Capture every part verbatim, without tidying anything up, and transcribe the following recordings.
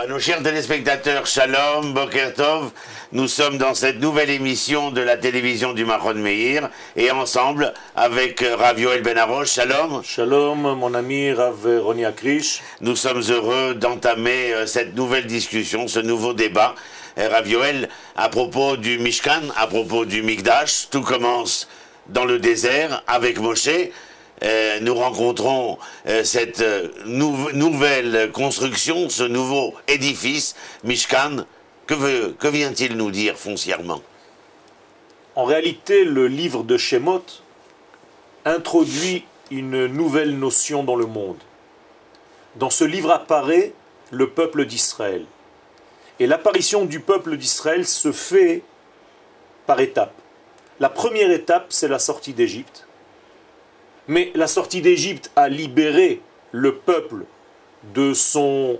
nos chers téléspectateurs, Shalom, Boker Tov, nous sommes dans cette nouvelle émission de la télévision du Mahon Meir, et ensemble, avec Rav Yoel Ben Arosh, Shalom. Shalom, mon ami Rav Roni Akrish. Nous sommes heureux d'entamer cette nouvelle discussion, ce nouveau débat. Rav Yoel, à propos du Mishkan, à propos du Mikdash, tout commence dans le désert avec Moshe. Euh, nous rencontrons euh, cette euh, nou nouvelle construction, ce nouveau édifice, Mishkan. Que, veut, que vient-il nous dire foncièrement? En réalité, le livre de Shemot introduit une nouvelle notion dans le monde. Dans ce livre apparaît le peuple d'Israël. Et l'apparition du peuple d'Israël se fait par étapes. La première étape, c'est la sortie d'Égypte. Mais la sortie d'Égypte a libéré le peuple de son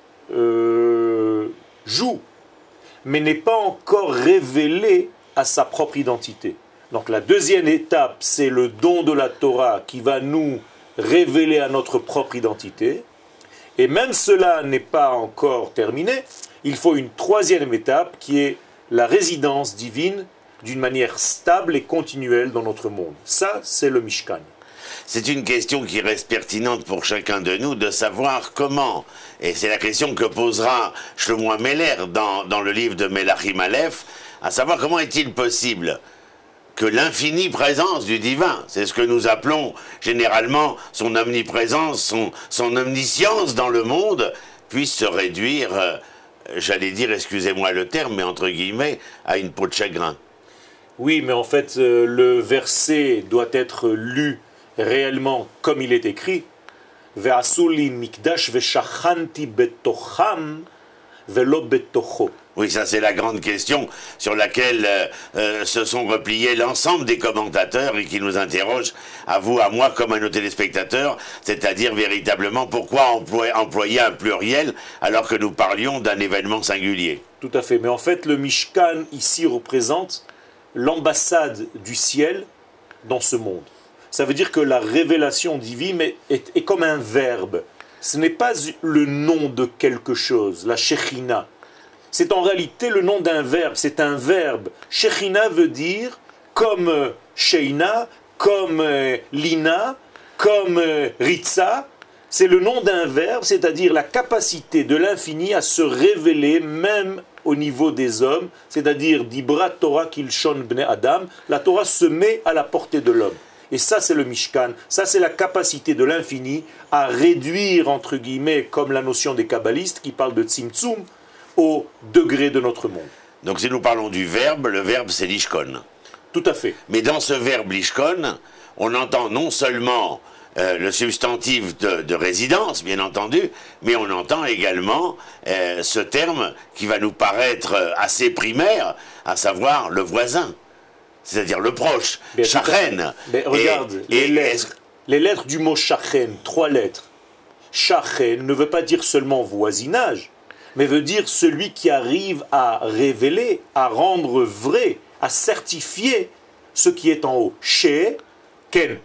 euh, joug, mais n'est pas encore révélé à sa propre identité. Donc la deuxième étape, c'est le don de la Torah qui va nous révéler à notre propre identité. Et même cela n'est pas encore terminé, il faut une troisième étape qui est la résidence divine d'une manière stable et continuelle dans notre monde. Ça, c'est le Mishkan. C'est une question qui reste pertinente pour chacun de nous de savoir comment, et c'est la question que posera Shlomo Ameler dans, dans le livre de Melachim Aleph, à savoir comment est-il possible que l'infinie présence du divin, c'est ce que nous appelons généralement son omniprésence, son, son omniscience dans le monde, puisse se réduire, euh, j'allais dire, excusez-moi le terme, mais entre guillemets, à une peau de chagrin. Oui, mais en fait, euh, le verset doit être lu réellement comme il est écrit. Ve'asuli mikdash ve'shachanti betocham ve'lo betocho. Oui, ça c'est la grande question sur laquelle euh, euh, se sont repliés l'ensemble des commentateurs et qui nous interrogent, à vous, à moi, comme à nos téléspectateurs, c'est-à-dire véritablement pourquoi employer, employer un pluriel alors que nous parlions d'un événement singulier. Tout à fait, mais en fait le Mishkan ici représente l'ambassade du ciel dans ce monde. Ça veut dire que la révélation divine est, est, est comme un verbe. Ce n'est pas le nom de quelque chose, la Shechina. C'est en réalité le nom d'un verbe, c'est un verbe. Shechina veut dire comme euh, Sheina, comme euh, Lina, comme euh, Ritza. C'est le nom d'un verbe, c'est-à-dire la capacité de l'infini à se révéler même au niveau des hommes, c'est-à-dire Dibra Torah Kilshon Bnei Adam, la Torah se met à la portée de l'homme. Et ça, c'est le Mishkan, ça, c'est la capacité de l'infini à réduire, entre guillemets, comme la notion des kabbalistes qui parlent de Tzimtzum, au degré de notre monde. Donc si nous parlons du verbe, le verbe c'est l'ishkon. Tout à fait. Mais dans ce verbe l'ishkon, on entend non seulement euh, le substantif de, de résidence, bien entendu, mais on entend également euh, ce terme qui va nous paraître assez primaire, à savoir le voisin. C'est-à-dire le proche, Shachen. Mais regarde, et, les, et, lettres, les lettres du mot Shachen, trois lettres. Shachen ne veut pas dire seulement voisinage, mais veut dire celui qui arrive à révéler, à rendre vrai, à certifier ce qui est en haut. She, Ken.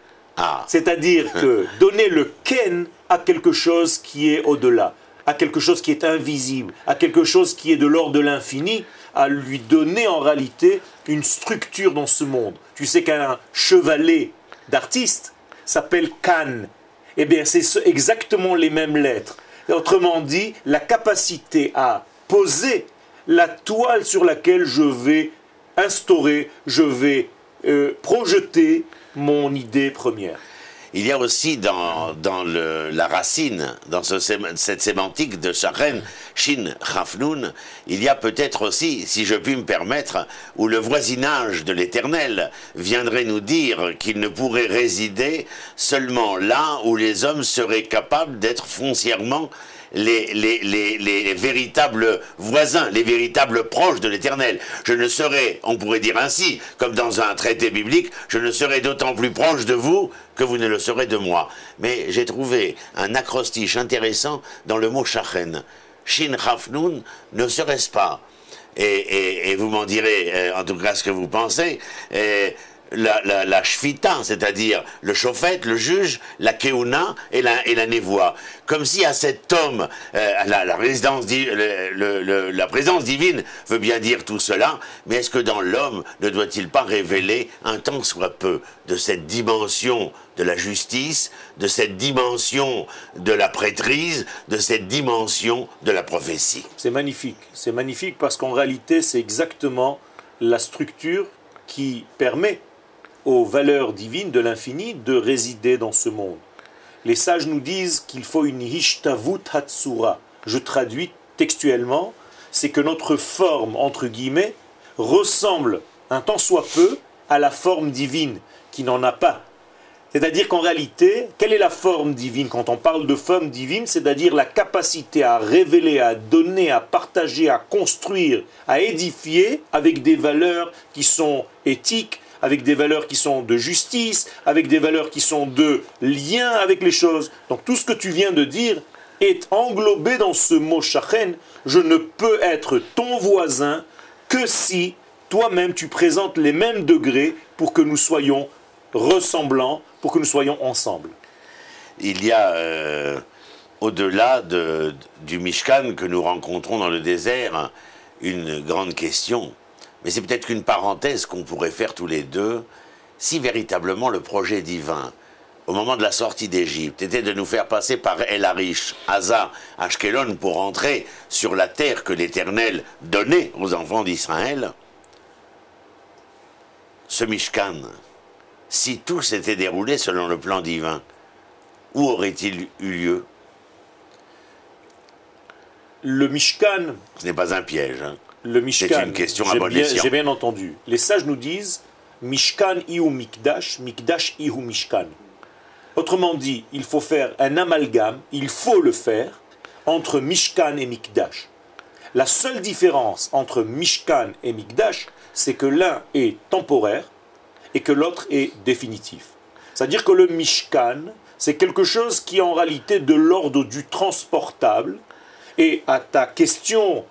Ah. C'est-à-dire que donner le Ken à quelque chose qui est au-delà, à quelque chose qui est invisible, à quelque chose qui est de l'ordre de l'infini, à lui donner en réalité une structure dans ce monde. Tu sais qu'un chevalet d'artiste s'appelle Kan. Eh bien, c'est exactement les mêmes lettres. Autrement dit, la capacité à poser la toile sur laquelle je vais instaurer, je vais euh, projeter mon idée première. Il y a aussi dans, dans le, la racine, dans ce, cette sémantique de Shachen, Shin, Chafnoun, il y a peut-être aussi, si je puis me permettre, où le voisinage de l'Éternel viendrait nous dire qu'il ne pourrait résider seulement là où les hommes seraient capables d'être foncièrement Les, les, les, les véritables voisins, les véritables proches de l'Éternel. Je ne serai, on pourrait dire ainsi, comme dans un traité biblique, je ne serai d'autant plus proche de vous que vous ne le serez de moi. Mais j'ai trouvé un acrostiche intéressant dans le mot Shachen. Shin Chafnoun, ne serait-ce pas, et, et, et vous m'en direz euh, en tout cas ce que vous pensez, euh, la, la, la shvita, c'est-à-dire le shofet, le juge, la keuna et la, et la névoie. Comme si à cet homme, euh, la, la, résidence, le, le, le, la présence divine veut bien dire tout cela, mais est-ce que dans l'homme ne doit-il pas révéler un tant soit peu de cette dimension de la justice, de cette dimension de la prêtrise, de cette dimension de la prophétie? C'est magnifique, c'est magnifique parce qu'en réalité c'est exactement la structure qui permet aux valeurs divines de l'infini de résider dans ce monde. Les sages nous disent qu'il faut une hishtavut hatsura. Je traduis textuellement, c'est que notre forme, entre guillemets, ressemble un tant soit peu à la forme divine, qui n'en a pas. C'est-à-dire qu'en réalité, quelle est la forme divine? Quand on parle de forme divine, c'est-à-dire la capacité à révéler, à donner, à partager, à construire, à édifier avec des valeurs qui sont éthiques, avec des valeurs qui sont de justice, avec des valeurs qui sont de lien avec les choses. Donc tout ce que tu viens de dire est englobé dans ce mot shachen. Je ne peux être ton voisin que si toi-même tu présentes les mêmes degrés pour que nous soyons ressemblants, pour que nous soyons ensemble. Il y a, euh, au-delà de, du Mishkan que nous rencontrons dans le désert, une grande question. Mais c'est peut-être qu'une parenthèse qu'on pourrait faire tous les deux, si véritablement le projet divin, au moment de la sortie d'Égypte, était de nous faire passer par El Arish, Haza, Ashkelon, pour entrer sur la terre que l'Éternel donnait aux enfants d'Israël, ce Mishkan, si tout s'était déroulé selon le plan divin, où aurait-il eu lieu? Le Mishkan... Ce n'est pas un piège, hein. Le Mishkan, c'est une question à bon escient. J'ai bien entendu. Les sages nous disent Mishkan ihu Mikdash, Mikdash ihu Mishkan. Autrement dit, il faut faire un amalgame, il faut le faire, entre Mishkan et Mikdash. La seule différence entre Mishkan et Mikdash, c'est que l'un est temporaire et que l'autre est définitif. C'est-à-dire que le Mishkan, c'est quelque chose qui est en réalité de l'ordre du transportable. Et à ta question,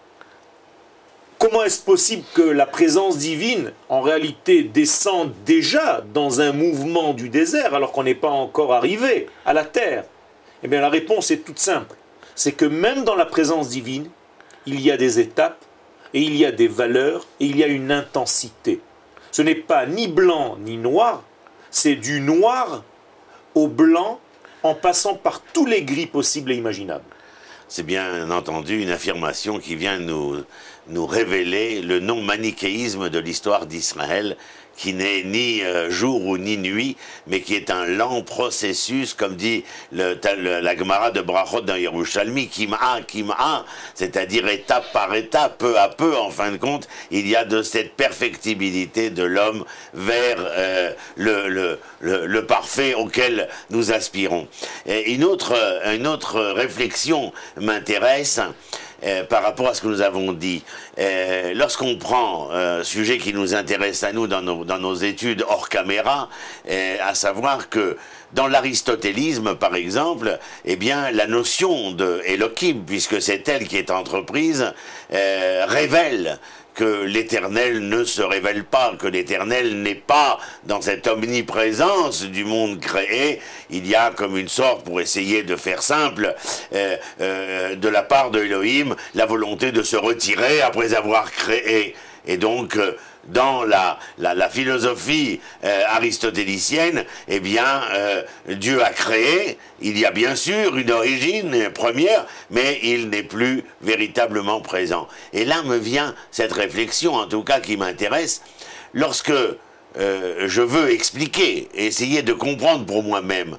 comment est-ce possible que la présence divine, en réalité, descende déjà dans un mouvement du désert alors qu'on n'est pas encore arrivé à la terre? Eh bien, la réponse est toute simple. C'est que même dans la présence divine, il y a des étapes, et il y a des valeurs, et il y a une intensité. Ce n'est pas ni blanc ni noir, c'est du noir au blanc en passant par tous les gris possibles et imaginables. C'est bien entendu une affirmation qui vient nous, nous révéler le non-manichéisme de l'histoire d'Israël, qui n'est ni euh, jour ou ni nuit, mais qui est un lent processus, comme dit le, le, la Gemara de Brachot dans Yerushalmi, Kim'a, Kim'a, c'est-à-dire étape par étape, peu à peu, en fin de compte, il y a de cette perfectibilité de l'homme vers euh, le, le, le, le parfait auquel nous aspirons. Et une autre, une autre réflexion m'intéresse, Euh, par rapport à ce que nous avons dit. Euh, lorsqu'on prend un euh, sujet qui nous intéresse à nous dans nos, dans nos études hors caméra, euh, à savoir que dans l'aristotélisme, par exemple, eh bien, la notion de Elohim, puisque c'est elle qui est entreprise, euh, révèle que l'Éternel ne se révèle pas, que l'Éternel n'est pas dans cette omniprésence du monde créé. Il y a comme une sorte, pour essayer de faire simple, euh, euh, de la part de Elohim, la volonté de se retirer après avoir créé. Et donc, euh, dans la, la, la philosophie euh, aristotélicienne, eh bien, euh, Dieu a créé, il y a bien sûr une origine première, mais il n'est plus véritablement présent. Et là me vient cette réflexion, en tout cas qui m'intéresse, lorsque euh, je veux expliquer, essayer de comprendre pour moi-même,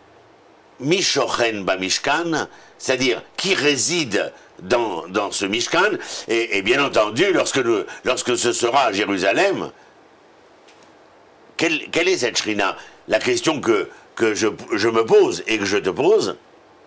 Mishochen Bamishkan, c'est-à-dire qui réside dans, dans ce Mishkan, et, et bien entendu, lorsque, nous, lorsque ce sera à Jérusalem, quelle, quelle est cette Shrina? La question que, que je, je me pose et que je te pose,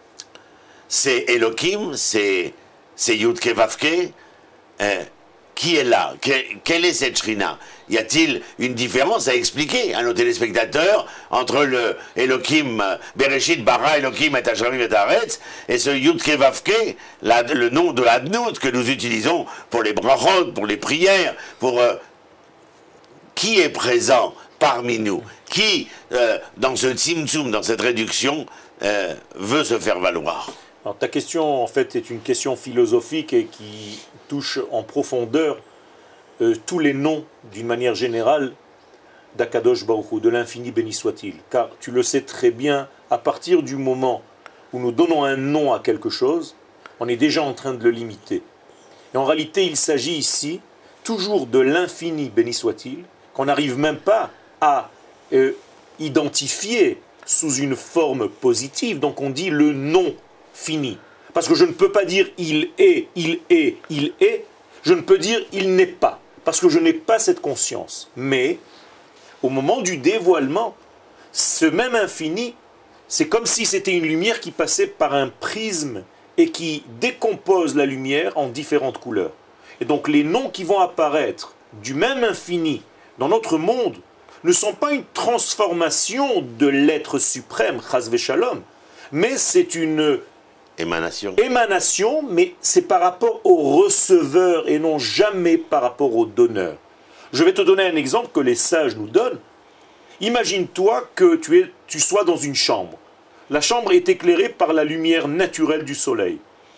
c'est Elohim, c'est Yudke Vavke, euh, qui est là? que, Quelle est cette Shrina? Y a-t-il une différence à expliquer à nos téléspectateurs entre le Elohim, Bereshit, Bara, Elohim, et Hashramim, et Haaretz, et ce Yudke Vavke, la, le nom de l'Adnout que nous utilisons pour les brachot, pour les prières, pour... Euh, qui est présent parmi nous, qui, euh, dans ce tzimtzum, dans cette réduction, euh, veut se faire valoir. Alors ta question, en fait, est une question philosophique et qui touche en profondeur euh, tous les noms, d'une manière générale, d'Akadosh Baruch Hu, de l'infini béni soit-il. Car tu le sais très bien, à partir du moment où nous donnons un nom à quelque chose, on est déjà en train de le limiter. Et en réalité, il s'agit ici toujours de l'infini béni soit-il, qu'on n'arrive même pas à euh, identifier sous une forme positive. Donc on dit le nom fini. Parce que je ne peux pas dire il est, il est, il est. Je ne peux dire il n'est pas. Parce que je n'ai pas cette conscience. Mais au moment du dévoilement, ce même infini, c'est comme si c'était une lumière qui passait par un prisme et qui décompose la lumière en différentes couleurs. Et donc les noms qui vont apparaître du même infini dans notre monde ne sont pas une transformation de l'être suprême, Chas v'Shalom, mais c'est une émanation. émanation, mais c'est par rapport au receveur et non jamais par rapport au donneur. Je vais te donner un exemple que les sages nous donnent. Imagine-toi que tu, es, tu sois dans une chambre. La chambre est éclairée par la lumière naturelle du soleil.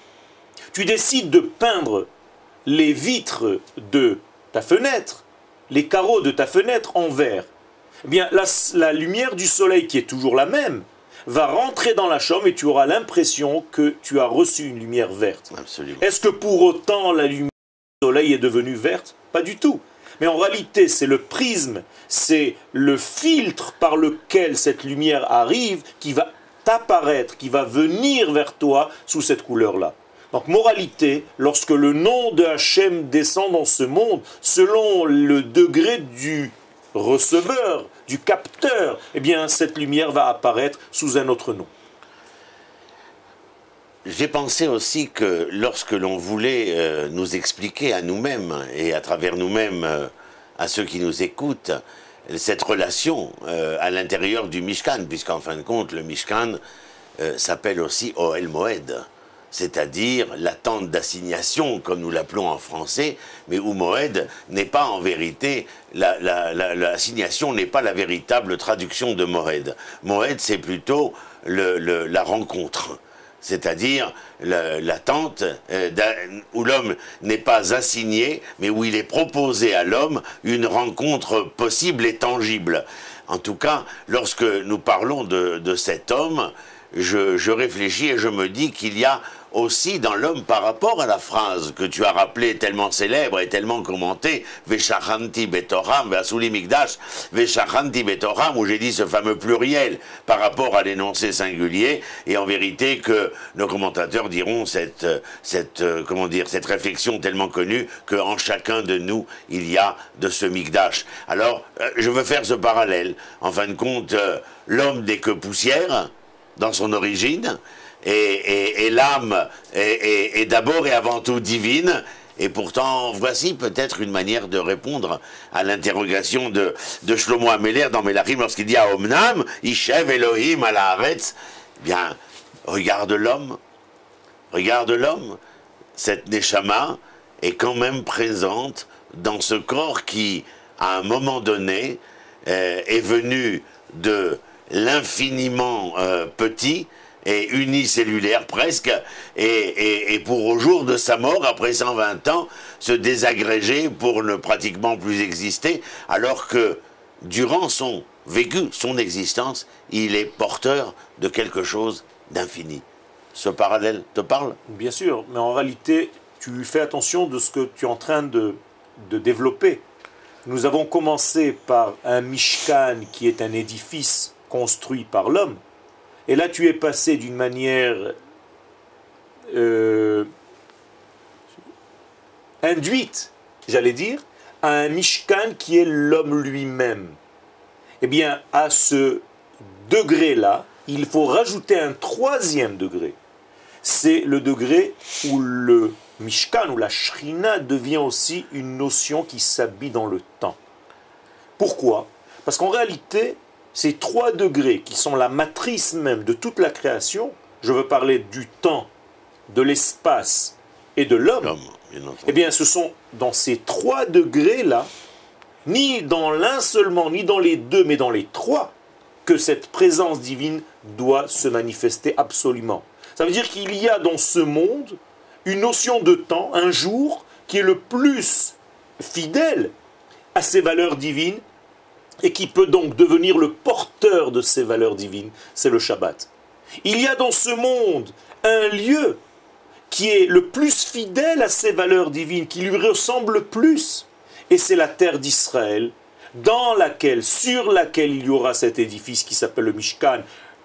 Tu décides de peindre les vitres de ta fenêtre, les carreaux de ta fenêtre en vert. Eh bien, la, la lumière du soleil, qui est toujours la même, va rentrer dans la chambre et tu auras l'impression que tu as reçu une lumière verte. Absolument. Est-ce que pour autant la lumière du soleil est devenue verte? Pas du tout. Mais en réalité, c'est le prisme, c'est le filtre par lequel cette lumière arrive qui va t'apparaître, qui va venir vers toi sous cette couleur-là. Donc, moralité, lorsque le nom de Hachem descend dans ce monde, selon le degré du receveur, du capteur, eh bien, cette lumière va apparaître sous un autre nom. J'ai pensé aussi que lorsque l'on voulait euh, nous expliquer à nous-mêmes et à travers nous-mêmes euh, à ceux qui nous écoutent, cette relation euh, à l'intérieur du Mishkan, puisqu'en fin de compte, le Mishkan euh, s'appelle aussi Ohel Moed, c'est-à-dire la tente d'assignation, comme nous l'appelons en français, mais où Moed n'est pas en vérité, la, la, la, l'assignation n'est pas la véritable traduction de Moed. Moed, c'est plutôt le, le, la rencontre. C'est-à-dire la, la tente euh, où l'homme n'est pas assigné, mais où il est proposé à l'homme une rencontre possible et tangible. En tout cas, lorsque nous parlons de, de cet homme, je, je réfléchis et je me dis qu'il y a aussi dans l'homme par rapport à la phrase que tu as rappelée tellement célèbre et tellement commentée, Veshachanti betoram, Veasuli Mikdash, Veshachanti betoram, où j'ai dit ce fameux pluriel par rapport à l'énoncé singulier, et en vérité que nos commentateurs diront cette, cette, comment dire, cette réflexion tellement connue qu'en chacun de nous il y a de ce Mikdash. Alors, je veux faire ce parallèle. En fin de compte, l'homme n'est que poussière dans son origine, Et, et, et l'âme est, est, est d'abord et avant tout divine, et pourtant voici peut-être une manière de répondre à l'interrogation de, de Shlomo Améler dans Melachim lorsqu'il dit à Omnam, Ishev Elohim à la Haaretz. Bien, regarde l'homme, regarde l'homme, cette Neshama est quand même présente dans ce corps qui, à un moment donné, euh, est venu de l'infiniment euh, petit, et unicellulaire presque, et, et, et pour au jour de sa mort, après cent vingt ans, se désagréger pour ne pratiquement plus exister, alors que durant son vécu, son existence, il est porteur de quelque chose d'infini. Ce parallèle te parle? Bien sûr, mais en réalité, tu fais attention de ce que tu es en train de, de développer. Nous avons commencé par un Mishkan qui est un édifice construit par l'homme, et là, tu es passé d'une manière euh, induite, j'allais dire, à un Mishkan qui est l'homme lui-même. Eh bien, à ce degré-là, il faut rajouter un troisième degré. C'est le degré où le Mishkan, où la Shrina devient aussi une notion qui s'habille dans le temps. Pourquoi? Parce qu'en réalité, ces trois degrés qui sont la matrice même de toute la création, je veux parler du temps, de l'espace et de l'homme, eh bien ce sont dans ces trois degrés-là ni dans l'un seulement, ni dans les deux, mais dans les trois, que cette présence divine doit se manifester absolument. Ça veut dire qu'il y a dans ce monde une notion de temps, un jour, qui est le plus fidèle à ces valeurs divines et qui peut donc devenir le porteur de ces valeurs divines, c'est le Shabbat. Il y a dans ce monde un lieu qui est le plus fidèle à ces valeurs divines, qui lui ressemble le plus, et c'est la terre d'Israël, dans laquelle, sur laquelle il y aura cet édifice qui s'appelle le Mishkan,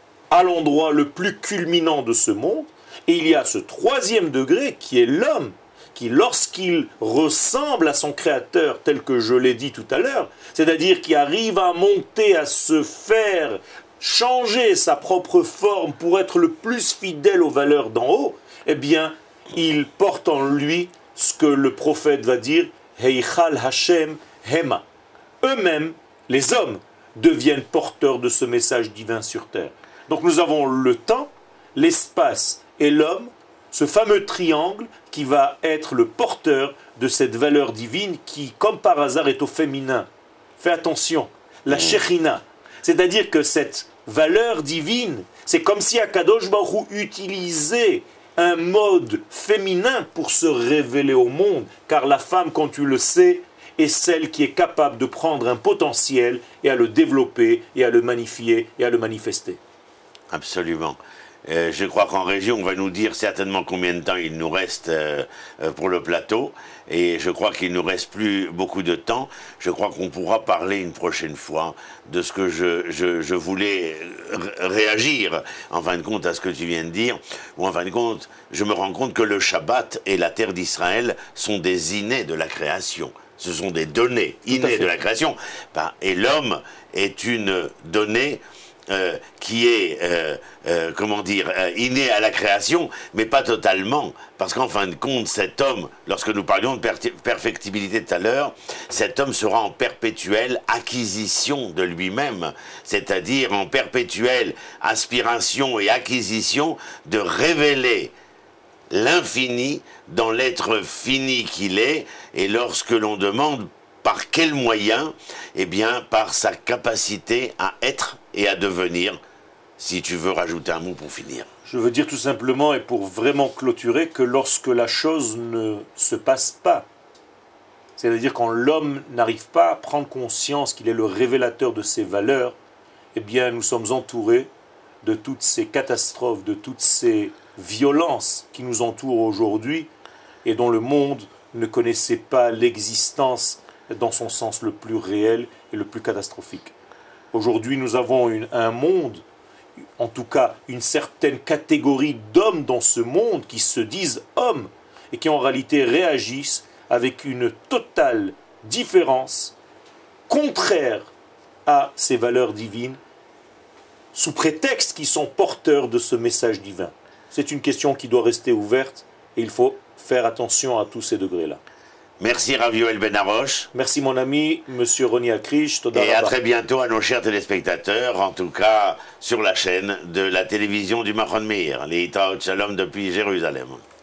à l'endroit le plus culminant de ce monde, et il y a ce troisième degré qui est l'homme, qui lorsqu'il ressemble à son créateur, tel que je l'ai dit tout à l'heure, c'est-à-dire qui arrive à monter, à se faire changer sa propre forme pour être le plus fidèle aux valeurs d'en haut, eh bien, il porte en lui ce que le prophète va dire, Heichal Hashem Hema. Eux-mêmes, les hommes, deviennent porteurs de ce message divin sur terre. Donc nous avons le temps, l'espace et l'homme, ce fameux triangle qui va être le porteur de cette valeur divine qui, comme par hasard, est au féminin. Fais attention, la Shekhinah. C'est-à-dire que cette valeur divine, c'est comme si Akadosh Baruch Hu utilisait un mode féminin pour se révéler au monde, car la femme, quand tu le sais, est celle qui est capable de prendre un potentiel et à le développer, et à le magnifier, et à le manifester. Absolument. Euh, je crois qu'en région, on va nous dire certainement combien de temps il nous reste euh, euh, pour le plateau. Et je crois qu'il ne nous reste plus beaucoup de temps. Je crois qu'on pourra parler une prochaine fois de ce que je, je, je voulais réagir, en fin de compte, à ce que tu viens de dire. Ou en fin de compte, je me rends compte que le Shabbat et la terre d'Israël sont des innés de la création. Ce sont des données innées de la création. Et l'homme est une donnée Euh, qui est, euh, euh, comment dire, euh, inné à la création, mais pas totalement, parce qu'en fin de compte, cet homme, lorsque nous parlions de per perfectibilité tout à l'heure, cet homme sera en perpétuelle acquisition de lui-même, c'est-à-dire en perpétuelle aspiration et acquisition de révéler l'infini dans l'être fini qu'il est, et lorsque l'on demande par quel moyen? Eh bien, par sa capacité à être et à devenir, si tu veux rajouter un mot pour finir. Je veux dire tout simplement, et pour vraiment clôturer, que lorsque la chose ne se passe pas, c'est-à-dire quand l'homme n'arrive pas à prendre conscience qu'il est le révélateur de ses valeurs, eh bien, nous sommes entourés de toutes ces catastrophes, de toutes ces violences qui nous entourent aujourd'hui et dont le monde ne connaissait pas l'existence dans son sens le plus réel et le plus catastrophique. Aujourd'hui, nous avons une, un monde, en tout cas une certaine catégorie d'hommes dans ce monde qui se disent hommes et qui en réalité réagissent avec une totale différence, contraire à ces valeurs divines, sous prétexte qu'ils sont porteurs de ce message divin. C'est une question qui doit rester ouverte et il faut faire attention à tous ces degrés-là. Merci Rav Yoel Ben Harosh. Merci mon ami, monsieur Roni Akrish. Et à très bientôt à nos chers téléspectateurs, en tout cas sur la chaîne de la télévision du Mahon Meir. Les Itaot Shalom depuis Jérusalem.